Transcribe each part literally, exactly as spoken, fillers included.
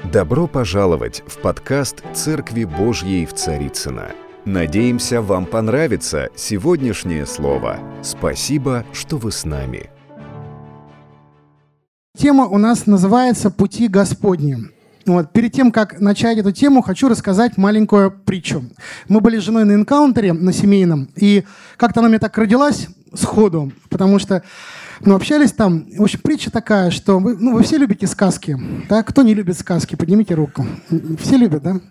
Добро пожаловать в подкаст Церкви Божьей в Царицыно. Надеемся, вам понравится сегодняшнее слово. Спасибо, что вы с нами. Тема у нас называется «Пути Господни». Вот. Перед тем, как начать эту тему, хочу рассказать маленькую притчу. Мы были с женой на энкаунтере, на семейном, и как-то она мне так родилась сходу, потому что мы общались там. В общем, притча такая, что вы, ну, вы все любите сказки. Да? Кто не любит сказки? Поднимите руку. Все любят, да?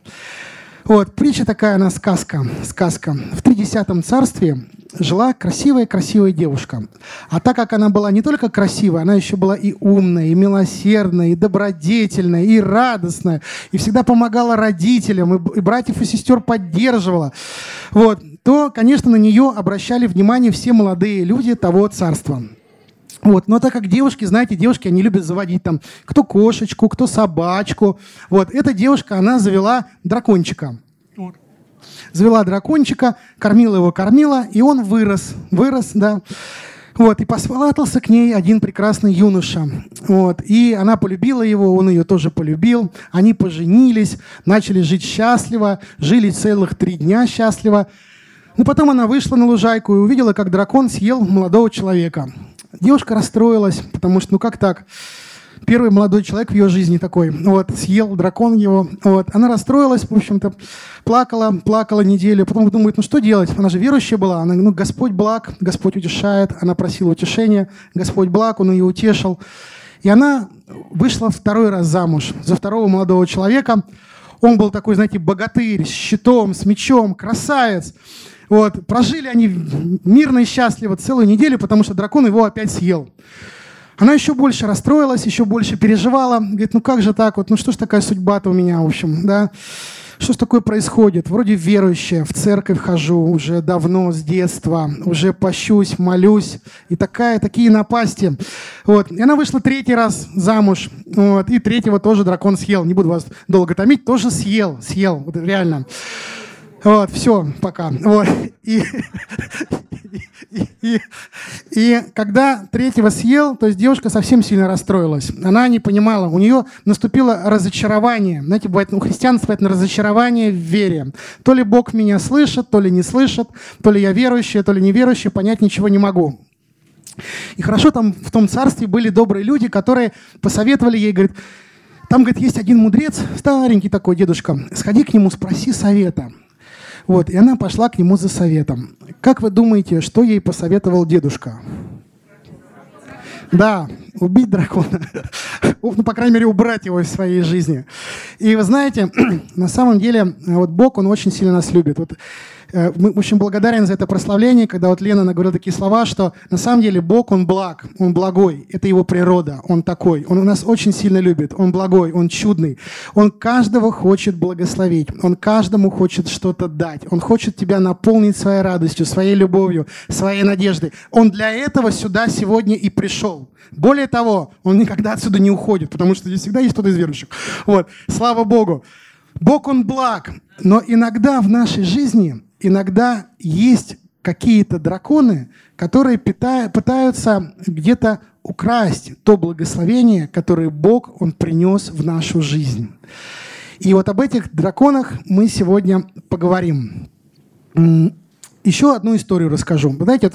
Вот, притча такая, она сказка. сказка. В тридесятом царстве жила красивая-красивая девушка. А так как она была не только красивая, она еще была и умная, и милосердная, и добродетельная, и радостная, и всегда помогала родителям, и, и братьев и сестер поддерживала. Вот, то, конечно, на нее обращали внимание все молодые люди того царства. Вот. Но так как девушки, знаете, девушки, они любят заводить там кто кошечку, кто собачку. Вот. Эта девушка, она завела дракончика. Вот. Завела дракончика, кормила его, кормила, и он вырос. Вырос, да. Вот. И посватался к ней один прекрасный юноша. Вот. И она полюбила его, он ее тоже полюбил. Они поженились, начали жить счастливо, жили целых три дня счастливо. Но потом она вышла на лужайку и увидела, как дракон съел молодого человека. Девушка расстроилась, потому что, ну как так? Первый молодой человек в ее жизни такой. Вот, съел дракон его. Вот. Она расстроилась, в общем-то, плакала, плакала неделю. Потом думает, ну что делать? Она же верующая была. Она, ну, Господь благ, Господь утешает. Она просила утешения. Господь благ, Он ее утешил. И она вышла второй раз замуж за второго молодого человека. Он был такой, знаете, богатырь, с щитом, с мечом, красавец. Вот. Прожили они мирно и счастливо целую неделю, потому что дракон его опять съел. Она еще больше расстроилась, еще больше переживала. Говорит, ну как же так вот, ну что ж такая судьба-то у меня, в общем, да? Что ж такое происходит? Вроде верующая, в церковь хожу уже давно, с детства, уже пощусь, молюсь, и такая, такие напасти. Вот. И она вышла третий раз замуж, вот. И третьего тоже дракон съел. Не буду вас долго томить, тоже съел, съел, вот реально. Вот, все, пока. Вот. И, и, и, и когда третьего съел, то есть девушка совсем сильно расстроилась. Она не понимала, у нее наступило разочарование. Знаете, бывает, у христиан бывает разочарование в вере. То ли Бог меня слышит, то ли не слышит, то ли я верующая, то ли неверующая, понять ничего не могу. И хорошо там в том царстве были добрые люди, которые посоветовали ей, говорят, там, говорит, есть один мудрец, старенький такой дедушка, сходи к нему, спроси совета. Вот, и она пошла к нему за советом. Как вы думаете, что ей посоветовал дедушка? Да, убить дракона. Ну, по крайней мере, убрать его из своей жизни. И вы знаете, на самом деле, вот Бог, Он очень сильно нас любит. Вот, мы очень благодарен за это прославление, когда вот Лена говорила такие слова, что на самом деле Бог, Он благ, Он благой, это Его природа, Он такой, Он нас очень сильно любит, Он благой, Он чудный, Он каждого хочет благословить, Он каждому хочет что-то дать, Он хочет тебя наполнить своей радостью, своей любовью, своей надеждой. Он для этого сюда сегодня и пришел. Более того, Он никогда отсюда не уходит, потому что здесь всегда есть кто-то из верующих. Вот. Слава Богу. Бог, Он благ, но иногда в нашей жизни, иногда есть какие-то драконы, которые питая, пытаются где-то украсть то благословение, которое Бог, Он принес в нашу жизнь. И вот об этих драконах мы сегодня поговорим. Еще одну историю расскажу. Вы знаете,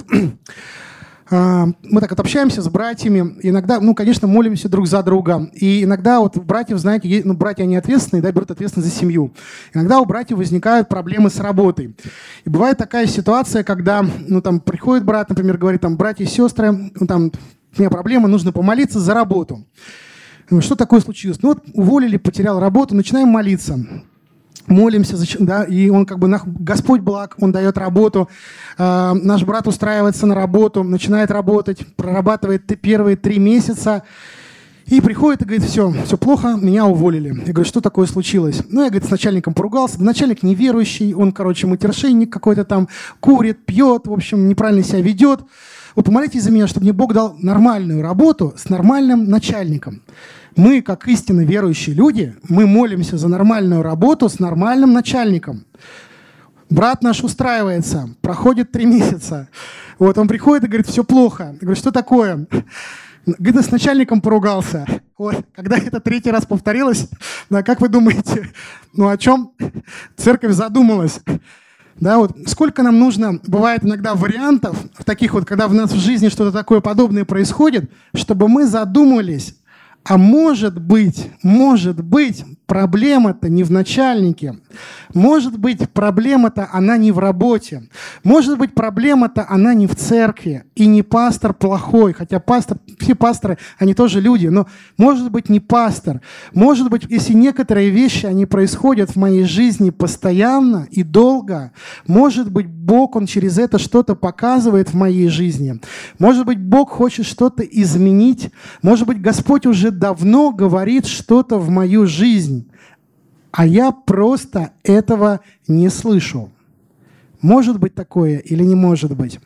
мы так вот общаемся с братьями, иногда, ну, конечно, молимся друг за друга, и иногда вот у братьев, знаете, ну, братья, они ответственные, да, берут ответственность за семью. Иногда у братьев возникают проблемы с работой. И бывает такая ситуация, когда, ну, там, приходит брат, например, говорит, там, братья и сестры, ну, там, у меня проблема, нужно помолиться за работу. Что такое случилось? Ну, вот уволили, потерял работу, начинаем молиться. Молимся, да, и он как бы, Господь благ, Он дает работу. Э, наш брат устраивается на работу, начинает работать, прорабатывает первые три месяца, и приходит и говорит, все, все плохо, меня уволили. Я говорю, что такое случилось? Ну, я, говорит, с начальником поругался, начальник неверующий, он, короче, матершинник какой-то там, курит, пьет, в общем, неправильно себя ведет. Вот помолитесь за меня, чтобы мне Бог дал нормальную работу с нормальным начальником. Мы, как истинно верующие люди, мы молимся за нормальную работу с нормальным начальником. Брат наш устраивается, проходит три месяца. Вот он приходит и говорит, все плохо. Я говорю, что такое? Говорит, с начальником поругался. Вот. Когда это третий раз повторилось, Да, как вы думаете, ну о чем церковь задумалась? Да, вот сколько нам нужно, бывает иногда вариантов, таких вот, когда в нас в жизни что-то такое подобное происходит, чтобы мы задумались, а может быть, может быть, проблема-то не в начальнике, может быть, проблема-то она не в работе, может быть, проблема-то она не в церкви, и не пастор плохой, хотя пастор, все пасторы, они тоже люди, но может быть не пастор, может быть, если некоторые вещи, они происходят в моей жизни постоянно и долго, может быть, Бог, Он через это что-то показывает в моей жизни, может быть, Бог хочет что-то изменить, может быть, Господь уже давно говорит что-то в мою жизнь, а я просто этого не слышу. Может быть такое или не может быть?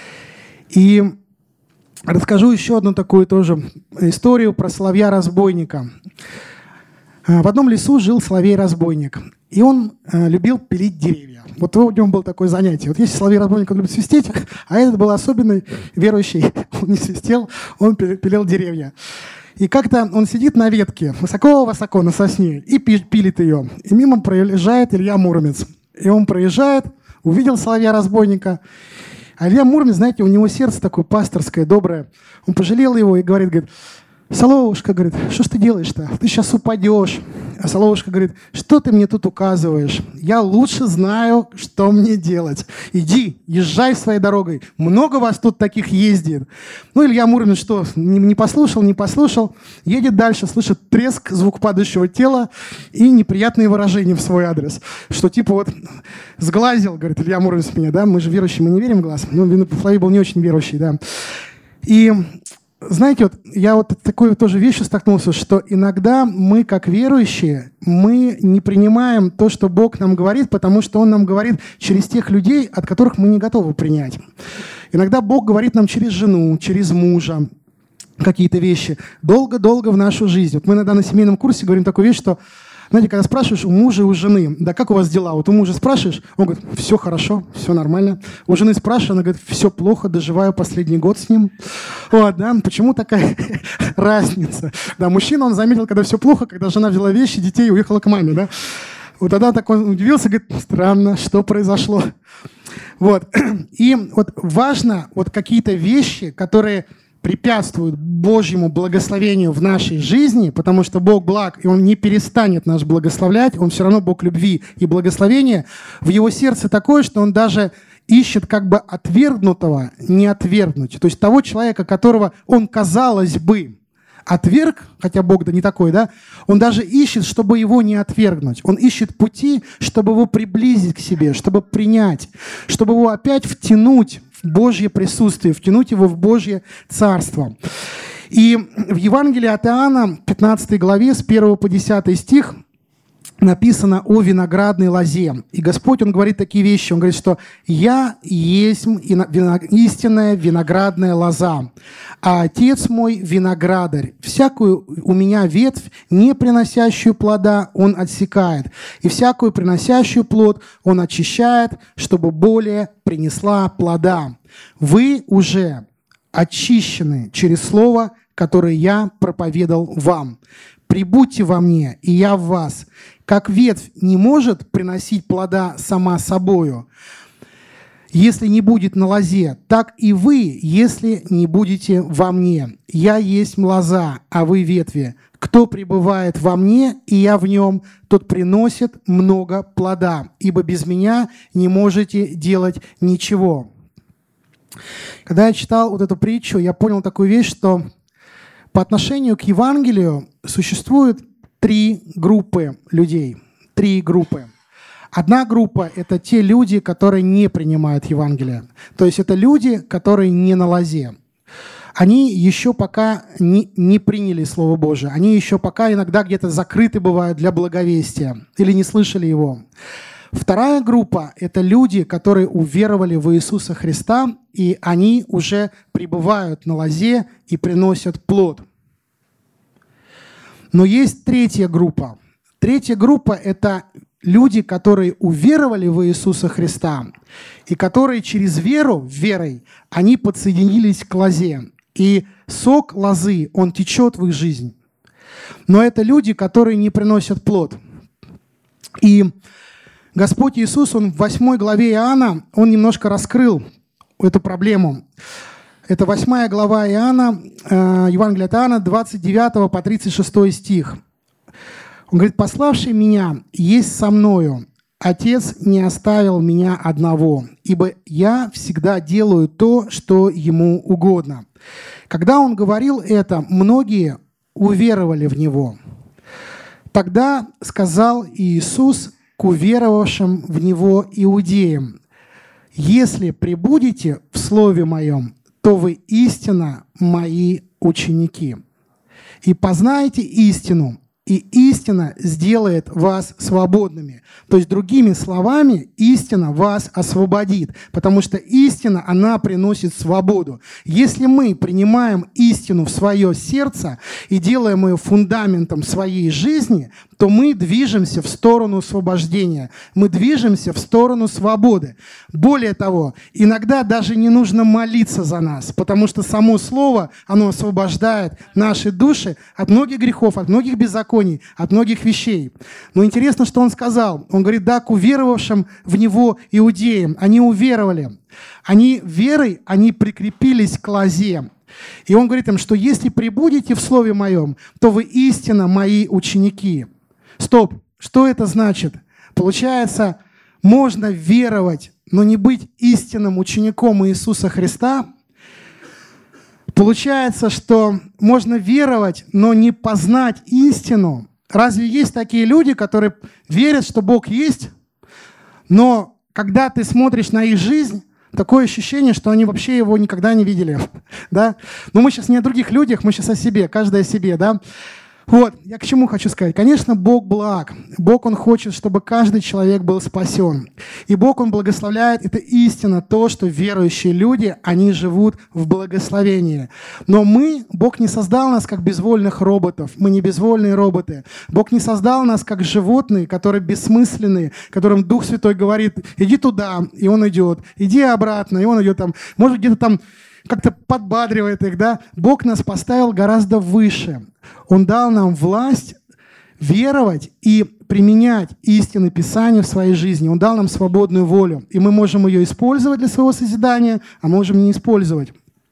И расскажу еще одну такую тоже историю про соловья-разбойника. В одном лесу жил соловей-разбойник, и он любил пилить деревья. Вот у него было такое занятие. Вот если соловей-разбойник любит свистеть, а этот был особенный верующий, он не свистел, он пилил деревья. И как-то он сидит на ветке, высоко-высоко на сосне, и пилит ее. И мимо проезжает Илья Муромец. И он проезжает, увидел соловья-разбойника. А Илья Муромец, знаете, у него сердце такое пасторское, доброе. Он пожалел его и говорит, говорит, Соловушка, говорит, что ж ты делаешь-то? Ты сейчас упадешь. А Соловушка говорит, что ты мне тут указываешь? Я лучше знаю, что мне делать. Иди, езжай своей дорогой. Много вас тут таких ездит. Ну, Илья Муромец что, не, не послушал, не послушал. Едет дальше, слышит треск, звук падающего тела и неприятные выражения в свой адрес. Что типа вот сглазил, говорит Илья Муромец меня, да? Мы же верующие, мы не верим в глаз. Ну, Соловей был не очень верующий, да. И... Знаете, вот я вот такой тоже вещью столкнулся, что иногда мы, как верующие, мы не принимаем то, что Бог нам говорит, потому что Он нам говорит через тех людей, от которых мы не готовы принять. Иногда Бог говорит нам через жену, через мужа какие-то вещи, долго-долго в нашу жизнь. Вот мы иногда на семейном курсе говорим такую вещь, что, знаете, когда спрашиваешь у мужа и у жены, да как у вас дела? Вот у мужа спрашиваешь, он говорит, все хорошо, все нормально. У жены спрашиваешь, она говорит, все плохо, доживаю последний год с ним. Вот, да, почему такая разница? Да, мужчина, он заметил, когда все плохо, когда жена взяла вещи, детей и уехала к маме, да. Вот тогда так он удивился, говорит, странно, что произошло. Вот, и вот важно вот какие-то вещи, которые... препятствуют Божьему благословению в нашей жизни, потому что Бог благ, и Он не перестанет нас благословлять, Он все равно Бог любви и благословения. В Его сердце такое, что Он даже ищет как бы отвергнутого не отвергнуть. То есть того человека, которого Он, казалось бы, отверг, хотя Бог да не такой, да, Он даже ищет, чтобы его не отвергнуть. Он ищет пути, чтобы его приблизить к себе, чтобы принять, чтобы его опять втянуть в Божье присутствие, втянуть его в Божье Царство. И в Евангелии от Иоанна, пятнадцатой главе, с первого по десятый стих, написано о виноградной лозе. И Господь, Он говорит такие вещи. Он говорит, что «Я есть истинная виноградная лоза, а Отец мой виноградарь. Всякую у меня ветвь, не приносящую плода, Он отсекает, и всякую приносящую плод Он очищает, чтобы более принесла плода. Вы уже очищены через слово, которое я проповедал вам. Прибудьте во мне, и я в вас. Как ветвь не может приносить плода сама собою, если не будет на лозе, так и вы, если не будете во мне. Я есть лоза, а вы ветви. Кто пребывает во мне, и я в нем, тот приносит много плода, ибо без меня не можете делать ничего». Когда я читал вот эту притчу, я понял такую вещь, что по отношению к Евангелию существует три группы людей. Три группы. Одна группа – это те люди, которые не принимают Евангелие. То есть это люди, которые не на лозе. Они еще пока не, не приняли Слово Божие. Они еще пока иногда где-то закрыты бывают для благовестия или не слышали его. Вторая группа – это люди, которые уверовали в Иисуса Христа, и они уже пребывают на лозе и приносят плод. Но есть третья группа. Третья группа – это люди, которые уверовали в Иисуса Христа, и которые через веру, верой, они подсоединились к лозе. И сок лозы, он течет в их жизнь. но это люди, которые не приносят плод. И Господь Иисус, Он в восьмой главе Иоанна, Он немножко раскрыл эту проблему. Это восьмая глава Иоанна, Евангелие от Иоанна, двадцать девятый по тридцать шестой стих. Он говорит: «Пославший меня есть со мною, Отец не оставил меня одного, ибо я всегда делаю то, что ему угодно». Когда он говорил это, многие уверовали в него. Тогда сказал Иисус к уверовавшим в него иудеям: «Если пребудете в Слове Моем, то вы истинно Мои ученики, и познаете истину, и истина сделает вас свободными». То есть, другими словами, истина вас освободит, потому что истина, она приносит свободу. Если мы принимаем истину в свое сердце и делаем ее фундаментом своей жизни, то мы движемся в сторону освобождения, мы движемся в сторону свободы. Более того, иногда даже не нужно молиться за нас, потому что само Слово, оно освобождает наши души от многих грехов, от многих беззаконий, от многих вещей. Но интересно, что он сказал. Он говорит: да, к уверовавшим в него иудеям. Они уверовали. Они верой, они прикрепились к лозе. И он говорит им, что если пребудете в Слове Моем, то вы истинно Мои ученики. Стоп! Что это значит? Получается, можно веровать, но не быть истинным учеником Иисуса Христа. Получается, что можно веровать, но не познать истину. Разве есть такие люди, которые верят, что Бог есть, но когда ты смотришь на их жизнь, такое ощущение, что они вообще Его никогда не видели. Да? Но мы сейчас не о других людях, мы сейчас о себе, каждый о себе. Да? Вот, я к чему хочу сказать. Конечно, Бог благ. Бог, Он хочет, чтобы каждый человек был спасен. И Бог, Он благословляет. Это истина, то, что верующие люди, они живут в благословении. Но мы, Бог не создал нас как безвольных роботов. Мы не безвольные роботы. Бог не создал нас как животные, которые бессмысленные, которым Дух Святой говорит: иди туда, и он идет. Иди обратно, и он идет там. Может, где-то там как-то подбадривает их, да? Бог нас поставил гораздо выше. Он дал нам власть веровать и применять истины Писания в своей жизни. Он дал нам свободную волю. И мы можем ее использовать для своего созидания, а можем не использовать.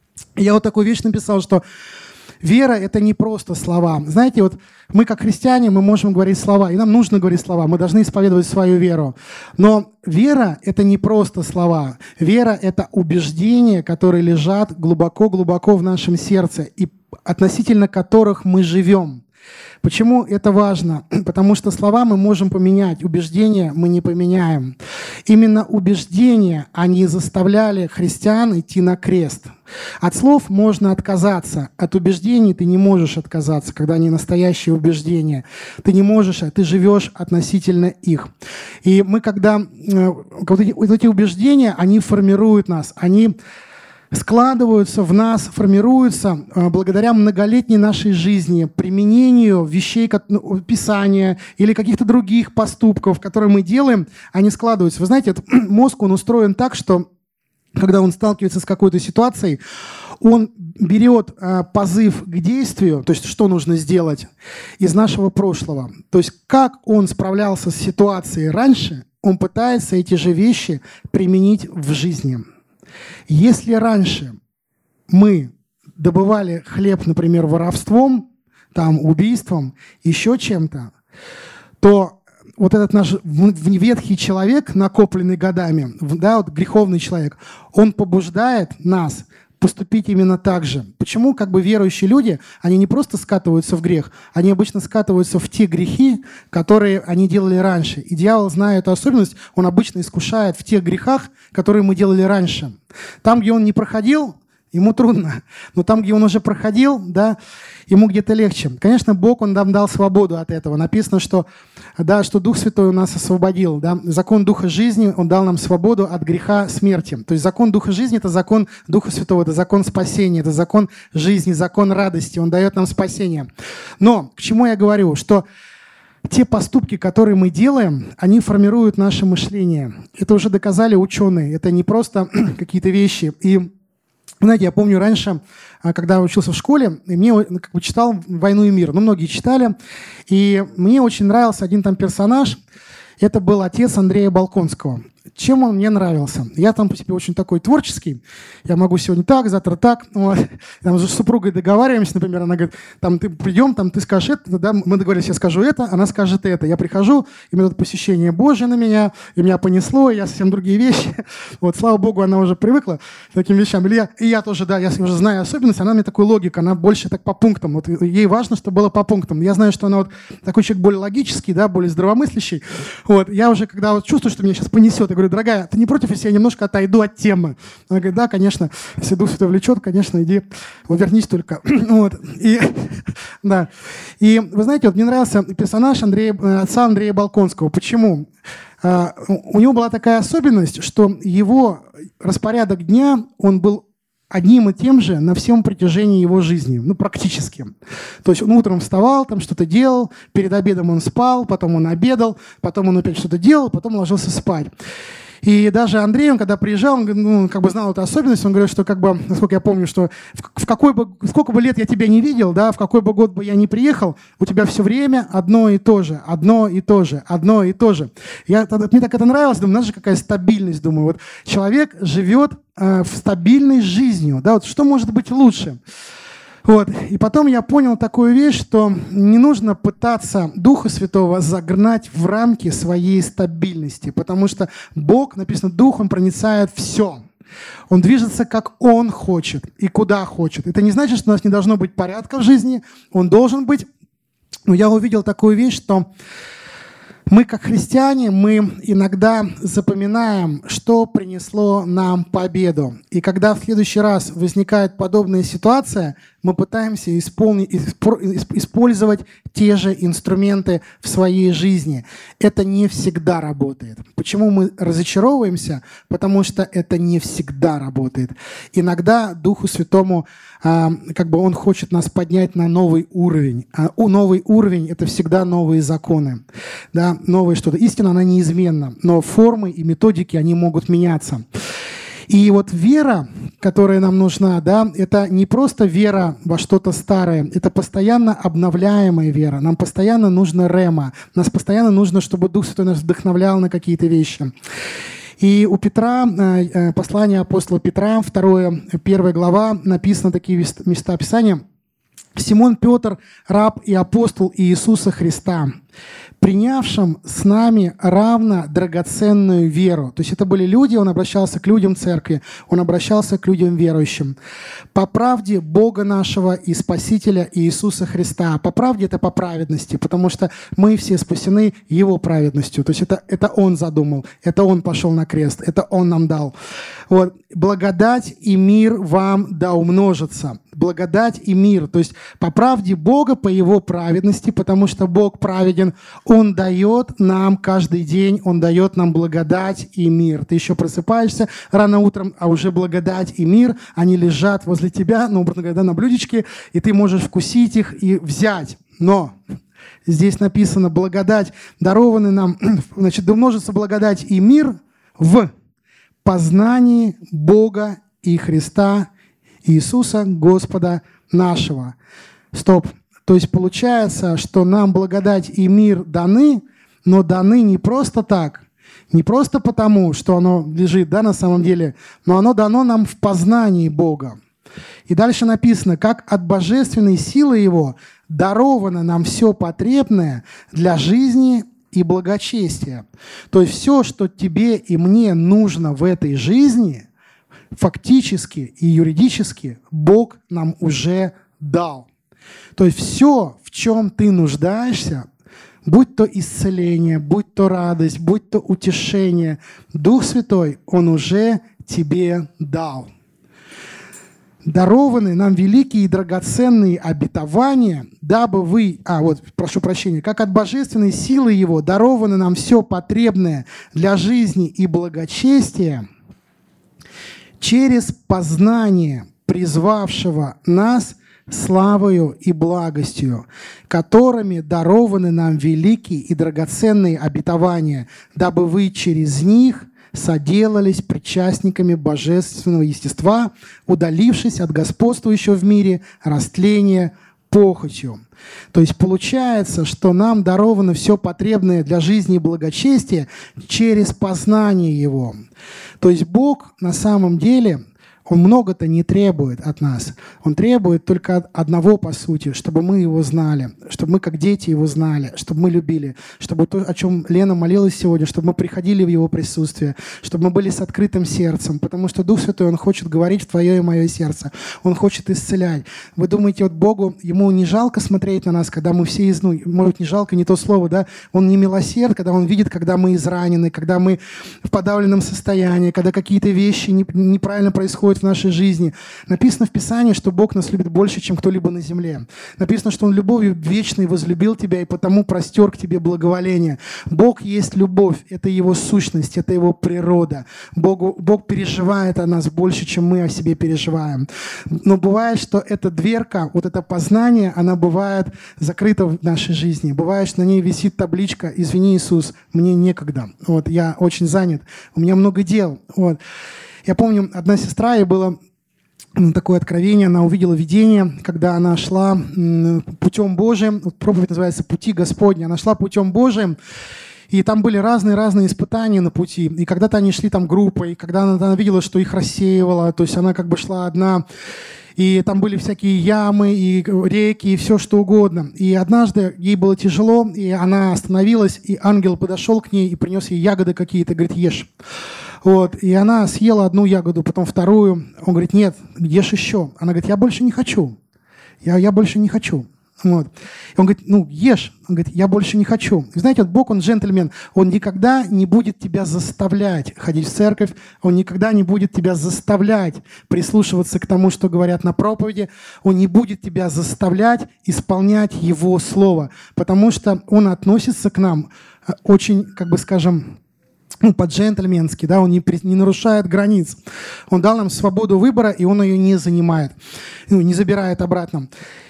Я вот такую вещь написал, что вера — это не просто слова. Знаете, вот мы, как христиане, мы можем говорить слова, и нам нужно говорить слова, мы должны исповедовать свою веру. Но вера — это не просто слова. Вера — это убеждения, которые лежат глубоко-глубоко в нашем сердце, и относительно которых мы живем. Почему это важно? Потому что слова мы можем поменять, убеждения мы не поменяем. Именно убеждения, они заставляли христиан идти на крест. От слов можно отказаться, от убеждений ты не можешь отказаться, когда они настоящие убеждения. Ты не можешь, а ты живешь относительно их. И мы, когда вот эти, вот эти убеждения, они формируют нас, они складываются в нас, формируются благодаря многолетней нашей жизни, применению вещей, Писания или каких-то других поступков, которые мы делаем, они складываются. Вы знаете, мозг, он устроен так, что когда он сталкивается с какой-то ситуацией, он берет позыв к действию, то есть что нужно сделать, из нашего прошлого. То есть как он справлялся с ситуацией раньше, он пытается эти же вещи применить в жизни. Если раньше мы добывали хлеб, например, воровством, там, убийством, еще чем-то, то вот этот наш ветхий человек, накопленный годами, да, вот греховный человек, он побуждает нас поступить именно так же. Почему как бы верующие люди, они не просто скатываются в грех, они обычно скатываются в те грехи, которые они делали раньше. И дьявол, зная эту особенность, он обычно искушает в тех грехах, которые мы делали раньше. Там, где он не проходил, ему трудно. Но там, где он уже проходил, да, ему где-то легче. Конечно, Бог, Он нам дал свободу от этого. Написано, что, да, что Дух Святой у нас освободил. Да? Закон Духа жизни, Он дал нам свободу от греха смерти. То есть закон Духа жизни — это закон Духа Святого, это закон спасения, это закон жизни, закон радости. Он дает нам спасение. Но к чему я говорю? Что те поступки, которые мы делаем, они формируют наше мышление. Это уже доказали ученые. Это не просто какие-то вещи. И Знаете, я помню раньше, когда учился в школе, мне как бы читал «Войну и мир». Ну, многие читали. И мне очень нравился один там персонаж. Это был отец Андрея Болконского. Чем он мне нравился? Я там по себе очень такой творческий. Я могу сегодня так, завтра так. Вот. Там с супругой договариваемся, например, она говорит, там ты придем, там ты скажешь это, да? Мы договорились, я скажу это, она скажет это. Я прихожу, и у меня тут посещение Божье на меня, и меня понесло, и я совсем другие вещи. Вот, слава Богу, она уже привыкла к таким вещам. Или я, и я тоже, да, я уже знаю особенность, она мне такой логик, она больше так по пунктам. Вот ей важно, чтобы было по пунктам. Я знаю, что она вот такой человек более логический, да, более здравомыслящий. Вот, я уже, когда вот чувствую, что меня сейчас понесет, я говорю, дорогая, ты не против, если я немножко отойду от темы? Она говорит, да, конечно, если Дух Святой влечет, конечно, иди, вот, вернись только. Вот. И, да. И вы знаете, вот мне нравился персонаж Андрея, отца Андрея Болконского. Почему? У него была такая особенность, что его распорядок дня, он был одним и тем же на всем протяжении его жизни, ну, практически. То есть он утром вставал, там что-то делал, перед обедом он спал, потом он обедал, потом он опять что-то делал, потом ложился спать. И даже Андрей, он когда приезжал, он ну, как бы знал эту особенность, он говорит, что, как бы, насколько я помню, что в, в какой бы, сколько бы лет я тебя не видел, да, в какой бы год бы я ни приехал, у тебя все время одно и то же, одно и то же, одно и то же. Я, мне так это нравилось, думаю, знаешь, какая стабильность, думаю, вот человек живет э, в стабильной жизнью, да, вот что может быть лучше? Вот. И потом я понял такую вещь, что не нужно пытаться Духа Святого загнать в рамки своей стабильности, потому что Бог, написано, Дух, Он проницает все. Он движется, как Он хочет и куда хочет. Это не значит, что у нас не должно быть порядка в жизни, он должен быть. Но я увидел такую вещь, что мы, как христиане, мы иногда запоминаем, что принесло нам победу. И когда в следующий раз возникает подобная ситуация, мы пытаемся исполнить, использовать те же инструменты в своей жизни. Это не всегда работает. Почему мы разочаровываемся? Потому что это не всегда работает. Иногда Духу Святому, как бы Он хочет нас поднять на новый уровень. А новый уровень — это всегда новые законы. Да? Новое что-то. Истина, она неизменна, но формы и методики, они могут меняться. И вот вера, которая нам нужна, да, это не просто вера во что-то старое, это постоянно обновляемая вера. Нам постоянно нужно рема, нас постоянно нужно, чтобы Дух Святой нас вдохновлял на какие-то вещи. И у Петра, послание апостола Петра, вторая, первая глава, написаны такие места Писания. «Симон Петр, раб и апостол Иисуса Христа, принявшим с нами равно драгоценную веру». То есть это были люди, он обращался к людям церкви, он обращался к людям верующим. «По правде Бога нашего и Спасителя Иисуса Христа». По правде — это по праведности, потому что мы все спасены Его праведностью. То есть это, это Он задумал, это Он пошел на крест, это Он нам дал. Вот. «Благодать и мир вам да умножится». Благодать и мир. То есть по правде Бога, по Его праведности, потому что Бог праведен, Он дает нам каждый день, Он дает нам благодать и мир. Ты еще просыпаешься рано утром, а уже благодать и мир, они лежат возле тебя, ну, образно говоря, на блюдечке, и ты можешь вкусить их и взять. Но здесь написано: благодать, дарованный нам, значит, да умножится благодать и мир в познании Бога и Христа Иисуса Господа нашего. Стоп. То есть получается, что нам благодать и мир даны, но даны не просто так, не просто потому, что оно лежит, да, на самом деле, но оно дано нам в познании Бога. И дальше написано: как от божественной силы Его даровано нам все потребное для жизни и благочестия. То есть все, что тебе и мне нужно в этой жизни, фактически и юридически Бог нам уже дал. То есть все, в чем ты нуждаешься, будь то исцеление, будь то радость, будь то утешение, Дух Святой, Он уже тебе дал. Дарованы нам великие и драгоценные обетования, дабы вы, а вот, прошу прощения, как от божественной силы Его даровано нам все потребное для жизни и благочестия, через познание призвавшего нас славою и благостью, которыми дарованы нам великие и драгоценные обетования, дабы вы через них соделались причастниками божественного естества, удалившись от господствующего в мире растления похотью. То есть получается, что нам даровано все потребное для жизни и благочестия через познание Его. То есть Бог на самом деле, Он много-то не требует от нас. Он требует только одного, по сути, чтобы мы Его знали, чтобы мы как дети Его знали, чтобы мы любили, чтобы то, о чем Лена молилась сегодня, чтобы мы приходили в Его присутствие, чтобы мы были с открытым сердцем, потому что Дух Святой, Он хочет говорить в твое и мое сердце, Он хочет исцелять. Вы думаете, вот Богу, Ему не жалко смотреть на нас, когда мы все из... Ну, может, не жалко, не то слово, да? Он не милосерд, когда Он видит, когда мы изранены, когда мы в подавленном состоянии, когда какие-то вещи неправильно происходят в нашей жизни. Написано в Писании, что Бог нас любит больше, чем кто-либо на земле. Написано, что Он любовью вечной возлюбил тебя и потому простер к тебе благоволение. Бог есть любовь, это Его сущность, это Его природа. Богу, Бог переживает о нас больше, чем мы о себе переживаем. Но бывает, что эта дверка, вот это познание, она бывает закрыта в нашей жизни. Бывает, что на ней висит табличка «Извини, Иисус, мне некогда». Вот, я очень занят, у меня много дел. Вот. Я помню, одна сестра, ей было такое откровение, она увидела видение, когда она шла путем Божиим, проповедь называется «Пути Господни», она шла путем Божиим, и там были разные-разные испытания на пути. И когда-то они шли там группой, когда она, она видела, что их рассеивало, то есть она как бы шла одна, и там были всякие ямы, и реки, и все что угодно. И однажды ей было тяжело, и она остановилась, и ангел подошел к ней и принес ей ягоды какие-то, говорит, ешь. Вот, и она съела одну ягоду, потом вторую. Он говорит, нет, ешь еще. Она говорит, я больше не хочу. Я, я больше не хочу. Вот. И он говорит, ну, ешь. Он говорит, я больше не хочу. И знаете, вот Бог, Он джентльмен. Он никогда не будет тебя заставлять ходить в церковь. Он никогда не будет тебя заставлять прислушиваться к тому, что говорят на проповеди. Он не будет тебя заставлять исполнять Его Слово. Потому что Он относится к нам очень, как бы скажем, ну, по-джентльменски, да, он не, не нарушает границ. Он дал нам свободу выбора, и он ее не занимает, ну, не забирает обратно.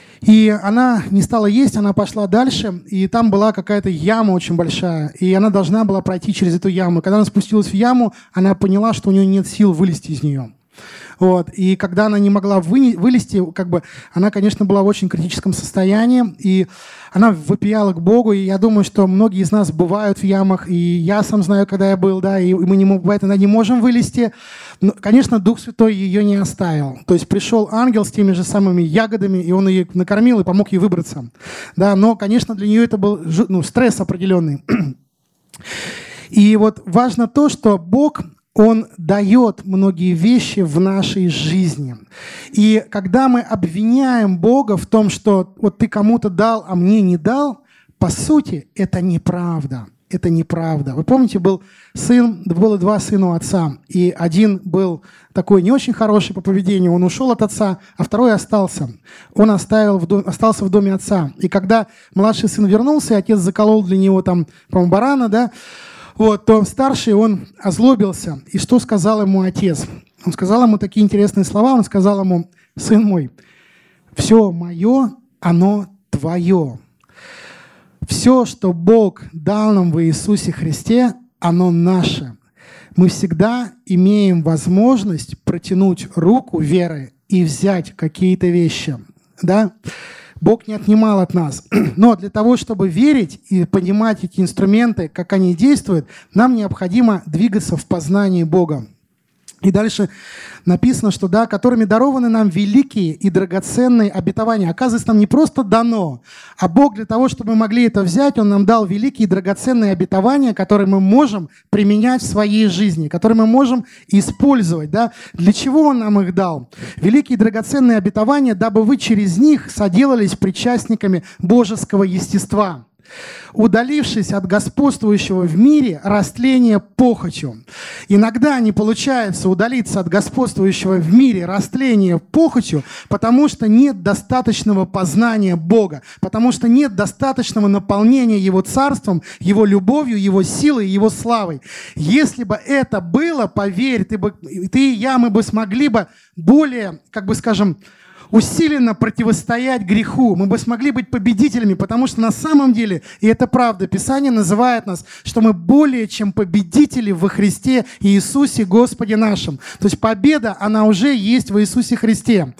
И она не стала есть, она пошла дальше, и там была какая-то яма очень большая, и она должна была пройти через эту яму. Когда она спустилась в яму, она поняла, что у нее нет сил вылезти из нее. Вот. И когда она не могла вы, вылезти, как бы, она, конечно, была в очень критическом состоянии, и она вопияла к Богу, и я думаю, что многие из нас бывают в ямах, и я сам знаю, когда я был, да, и мы не, бывает, не можем вылезти. Но, конечно, Дух Святой ее не оставил. То есть пришел ангел с теми же самыми ягодами, и он ее накормил и помог ей выбраться. Да, но, конечно, для нее это был, ну, стресс определенный. И вот важно то, что Бог... Он дает многие вещи в нашей жизни. И когда мы обвиняем Бога в том, что вот ты кому-то дал, а мне не дал, по сути, это неправда. Это неправда. Вы помните, был сын, было два сына у отца, и один был такой не очень хороший по поведению, он ушел от отца, а второй остался. Он оставил в дом, остался в доме отца. И когда младший сын вернулся, и отец заколол для него там, по-моему, барана, да, вот, то старший, он озлобился. И что сказал ему отец? Он сказал ему такие интересные слова. Он сказал ему, сын мой, все мое, оно твое. Все, что Бог дал нам в Иисусе Христе, оно наше. Мы всегда имеем возможность протянуть руку веры и взять какие-то вещи. Да? Бог не отнимал от нас. Но для того, чтобы верить и понимать эти инструменты, как они действуют, нам необходимо двигаться в познании Бога. И дальше написано, что да, которыми дарованы нам великие и драгоценные обетования. Оказывается, нам не просто дано, а Бог для того, чтобы мы могли это взять, Он нам дал великие и драгоценные обетования, которые мы можем применять в своей жизни, которые мы можем использовать. Да? Для чего Он нам их дал? Великие и драгоценные обетования, дабы вы через них соделались причастниками божеского естества, удалившись от господствующего в мире растления похотью. Иногда не получается удалиться от господствующего в мире растления похотью, потому что нет достаточного познания Бога, потому что нет достаточного наполнения Его царством, Его любовью, Его силой, Его славой. Если бы это было, поверь, ты, бы, ты и я, мы бы смогли бы более, как бы скажем, усиленно противостоять греху. Мы бы смогли быть победителями, потому что на самом деле, и это правда, Писание называет нас, что мы более чем победители во Христе Иисусе Господе нашим. То есть победа, она уже есть в Иисусе Христе.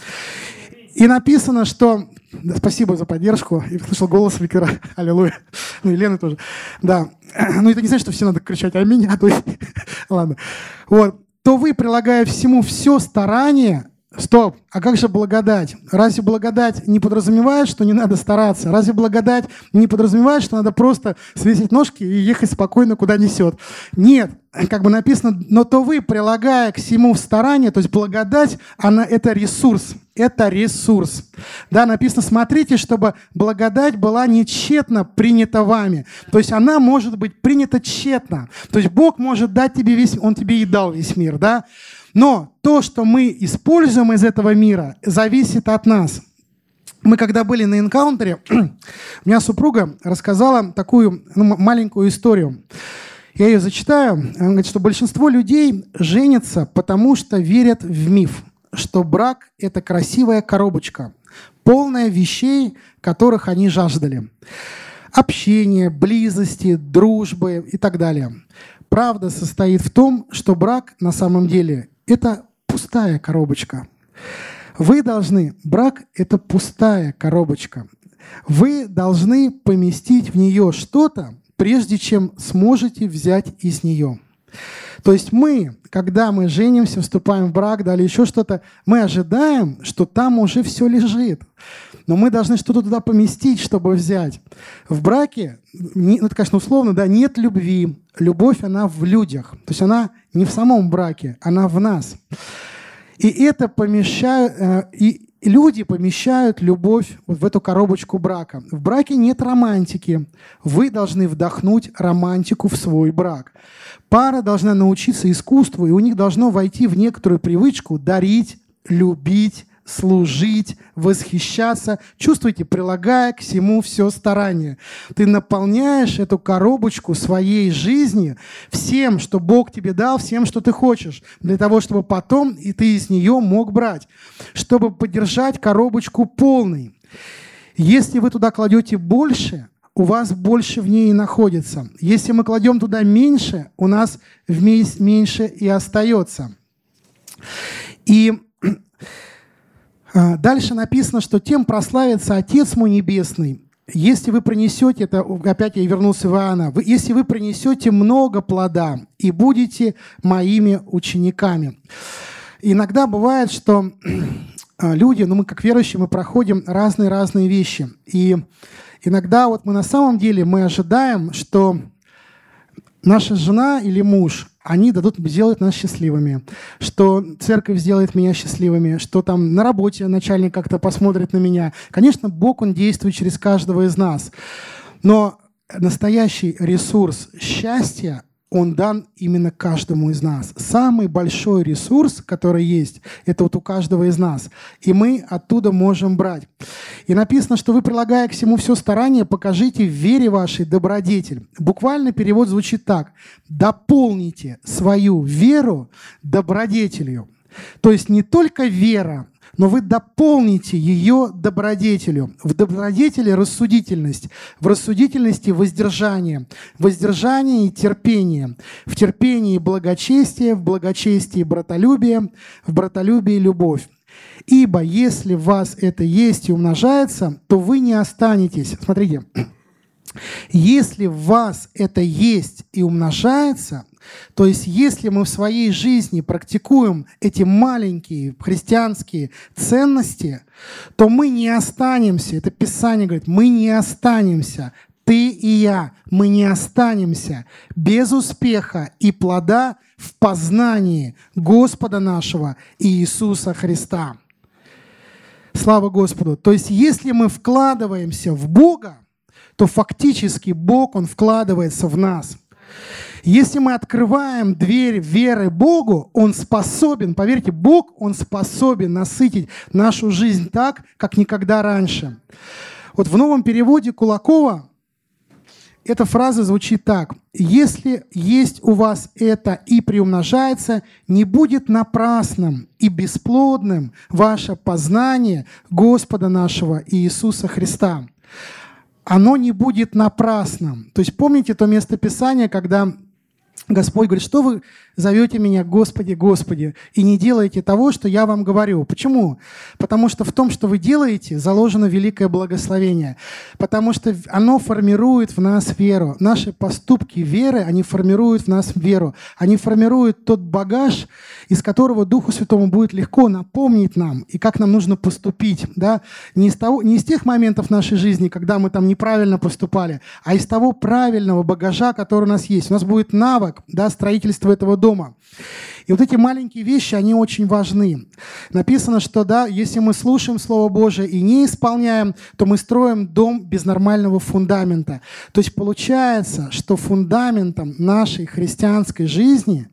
И написано, что... Да, спасибо за поддержку. Я слышал голос Виктора. Аллилуйя. Ну и Лены тоже. Да. Ну это не значит, что все надо кричать «Аминь». А то... Ладно. Вот. То вы, прилагая всему все старание... Стоп, а как же благодать? Разве благодать не подразумевает, что не надо стараться? Разве благодать не подразумевает, что надо просто свесить ножки и ехать спокойно, куда несет? Нет, как бы написано, но то вы, прилагая к всему старание, то есть благодать, она это ресурс, это ресурс. Да, написано, смотрите, чтобы благодать была не тщетно принята вами. То есть она может быть принята тщетно. То есть Бог может дать тебе весь, Он тебе и дал весь мир, да? Но то, что мы используем из этого мира, зависит от нас. Мы когда были на энкаунтере, у меня супруга рассказала такую ну, маленькую историю. Я ее зачитаю. Она говорит, что большинство людей женятся, потому что верят в миф, что брак – это красивая коробочка, полная вещей, которых они жаждали. Общение, близости, дружбы и так далее. Правда состоит в том, что брак на самом деле – это пустая коробочка. Вы должны, брак – это пустая коробочка. Вы должны поместить в нее что-то, прежде чем сможете взять из нее. То есть мы, когда мы женимся, вступаем в брак, да, или еще что-то, мы ожидаем, что там уже все лежит. Но мы должны что-то туда поместить, чтобы взять. В браке, ну это, конечно, условно, да, нет любви. Любовь, она в людях. То есть она не в самом браке, она в нас. И это помещают, и люди помещают любовь вот в эту коробочку брака. В браке нет романтики. Вы должны вдохнуть романтику в свой брак. Пара должна научиться искусству, и у них должно войти в некоторую привычку дарить, любить, служить, восхищаться. Чувствуете, прилагая к всему все старание. Ты наполняешь эту коробочку своей жизни всем, что Бог тебе дал, всем, что ты хочешь, для того, чтобы потом и ты из нее мог брать, чтобы поддержать коробочку полной. Если вы туда кладете больше, у вас больше в ней и находится. Если мы кладем туда меньше, у нас вместе меньше и остается. И дальше написано, что тем прославится Отец мой Небесный, если вы принесете, это опять я вернулся в Иоанна, вы, если вы принесете много плода и будете моими учениками. Иногда бывает, что люди, ну мы как верующие, мы проходим разные-разные вещи. И иногда вот мы на самом деле мы ожидаем, что наша жена или муж, они дадут, сделают нас счастливыми, что церковь сделает меня счастливыми, что там на работе начальник как-то посмотрит на меня. Конечно, Бог, Он действует через каждого из нас. Но настоящий ресурс счастья, Он дан именно каждому из нас. Самый большой ресурс, который есть, это вот у каждого из нас. И мы оттуда можем брать. И написано, что вы, прилагая к всему все старание, покажите в вере вашей добродетель. Буквально перевод звучит так. Дополните свою веру добродетелью. То есть не только вера, но вы дополните ее добродетелью. В добродетели рассудительность, в рассудительности воздержание, в воздержании терпение, в терпении благочестие, в благочестии братолюбие, в братолюбии любовь. Ибо если в вас это есть и умножается, то вы не останетесь. Смотрите, если в вас это есть и умножается, то есть если мы в своей жизни практикуем эти маленькие христианские ценности, то мы не останемся, это Писание говорит, мы не останемся, ты и я, мы не останемся без успеха и плода в познании Господа нашего Иисуса Христа. Слава Господу! То есть если мы вкладываемся в Бога, то фактически Бог, Он вкладывается в нас. Если мы открываем дверь веры Богу, Он способен, поверьте, Бог, Он способен насытить нашу жизнь так, как никогда раньше. Вот в новом переводе Кулакова эта фраза звучит так. «Если есть у вас это и приумножается, не будет напрасным и бесплодным ваше познание Господа нашего Иисуса Христа». Оно не будет напрасным. То есть помните то местописание, когда Господь говорит, что вы зовете меня Господи, Господи, и не делаете того, что я вам говорю. Почему? Потому что в том, что вы делаете, заложено великое благословение. Потому что оно формирует в нас веру. Наши поступки веры, они формируют в нас веру. Они формируют тот багаж, из которого Духу Святому будет легко напомнить нам, и как нам нужно поступить. Да? Не, из того, не из тех моментов нашей жизни, когда мы там неправильно поступали, а из того правильного багажа, который у нас есть. У нас будет навык, да, строительства этого дома. И вот эти маленькие вещи, они очень важны. Написано, что да, если мы слушаем Слово Божие и не исполняем, то мы строим дом без нормального фундамента. То есть получается, что фундаментом нашей христианской жизни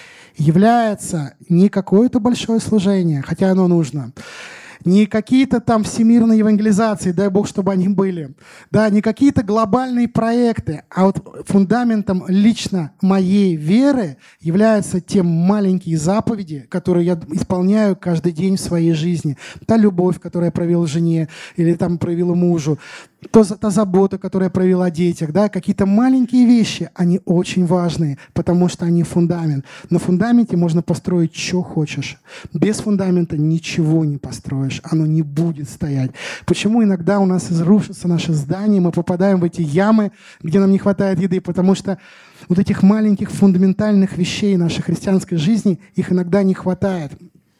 является не какое-то большое служение, хотя оно нужно, не какие-то там всемирные евангелизации, дай Бог, чтобы они были, да, не какие-то глобальные проекты, а вот фундаментом лично моей веры являются те маленькие заповеди, которые я исполняю каждый день в своей жизни. Та любовь, которую я проявил жене или там проявила мужу, то, та забота, которую я проявил о детях, да, какие-то маленькие вещи, они очень важные, потому что они фундамент. На фундаменте можно построить, что хочешь. Без фундамента ничего не построишь, оно не будет стоять. Почему иногда у нас разрушится наше здание, мы попадаем в эти ямы, где нам не хватает еды, потому что вот этих маленьких фундаментальных вещей нашей христианской жизни, их иногда не хватает.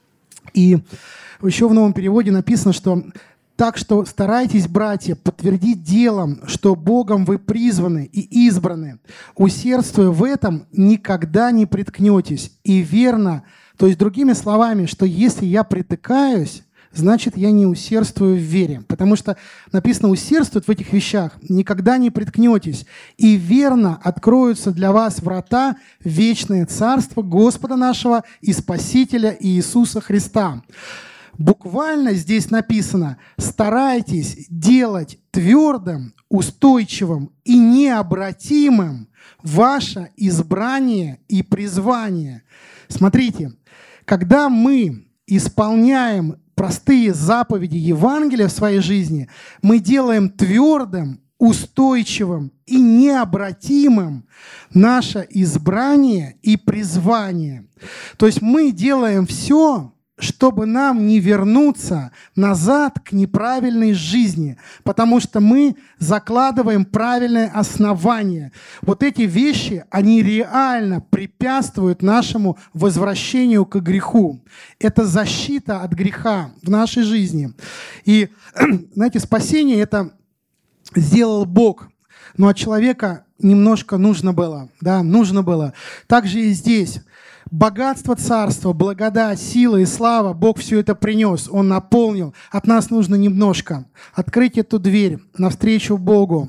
И еще в новом переводе написано, что так что старайтесь, братья, подтвердить делом, что Богом вы призваны и избраны. Усердствуя в этом, никогда не приткнетесь. И верно, то есть другими словами, что если я притыкаюсь, значит, я не усердствую в вере. Потому что написано, усердствует в этих вещах, никогда не приткнетесь. И верно откроются для вас врата в вечное царство Господа нашего и Спасителя Иисуса Христа. Буквально здесь написано: старайтесь делать твердым, устойчивым и необратимым ваше избрание и призвание. Смотрите, когда мы исполняем простые заповеди Евангелия в своей жизни, мы делаем твердым, устойчивым и необратимым наше избрание и призвание. То есть мы делаем все, чтобы нам не вернуться назад к неправильной жизни, потому что мы закладываем правильное основание. Вот эти вещи, они реально препятствуют нашему возвращению к греху. Это защита от греха в нашей жизни. И, знаете, спасение это сделал Бог, но от человека немножко нужно было, да, нужно было. Также и здесь. Богатство царства, благодать, сила и слава, Бог все это принес, Он наполнил. От нас нужно немножко открыть эту дверь навстречу Богу.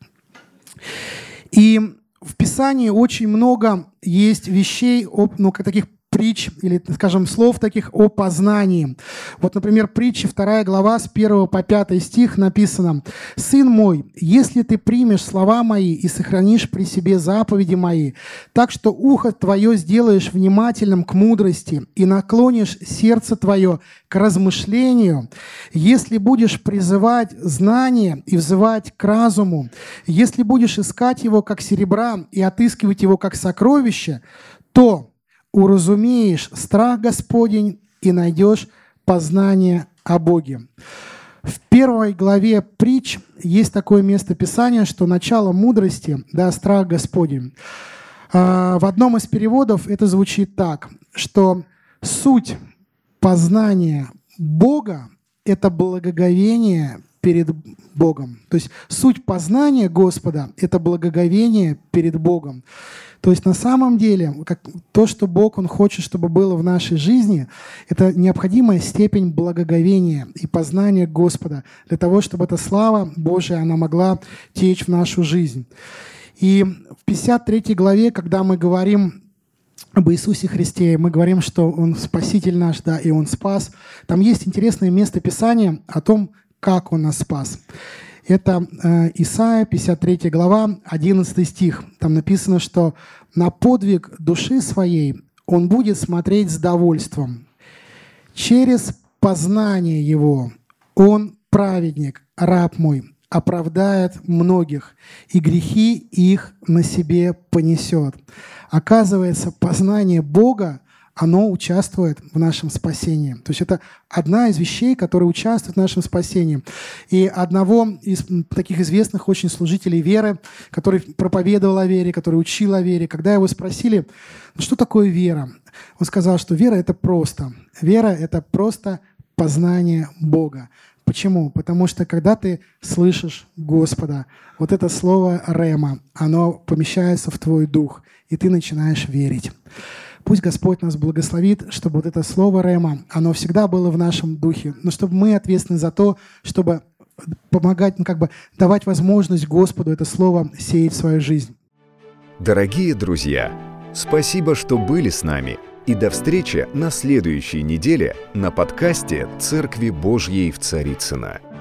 И в Писании очень много есть вещей, ну, таких притч или, скажем, слов таких о познании. Вот, например, притча, вторая глава, с первого по пятый стих написано: «Сын мой, если ты примешь слова мои и сохранишь при себе заповеди мои, так что ухо твое сделаешь внимательным к мудрости и наклонишь сердце твое к размышлению, если будешь призывать знание и взывать к разуму, если будешь искать его как серебра и отыскивать его как сокровище, то уразумеешь страх Господень и найдешь познание о Боге». В первой главе притч есть такое место Писания, что начало мудрости, да, страх Господень. В одном из переводов это звучит так, что суть познания Бога — это благоговение перед Богом. То есть суть познания Господа — это благоговение перед Богом. То есть на самом деле как, то, что Бог Он хочет, чтобы было в нашей жизни, это необходимая степень благоговения и познания Господа для того, чтобы эта слава Божия, она могла течь в нашу жизнь. И в пятьдесят третьей главе, когда мы говорим об Иисусе Христе, мы говорим, что Он Спаситель наш, да, и Он спас, там есть интересное место Писания о том, как Он нас спас. Это э, Исайя, пятьдесят третья глава, одиннадцатый стих. Там написано, что «на подвиг души своей он будет смотреть с довольством. Через познание его он, праведник, раб мой, оправдает многих, и грехи их на себе понесет». Оказывается, познание Бога, оно участвует в нашем спасении. То есть это одна из вещей, которые участвуют в нашем спасении. И одного из таких известных очень служителей веры, который проповедовал о вере, который учил о вере, когда его спросили, ну, что такое вера, он сказал, что вера — это просто. Вера — это просто познание Бога. Почему? Потому что когда ты слышишь Господа, вот это слово «рема», оно помещается в твой дух, и ты начинаешь верить. Пусть Господь нас благословит, чтобы вот это слово «рема», оно всегда было в нашем духе, но чтобы мы ответственны за то, чтобы помогать, ну, как бы давать возможность Господу это слово сеять в свою жизнь. Дорогие друзья, спасибо, что были с нами. И до встречи на следующей неделе на подкасте «Церкви Божьей в Царицыно».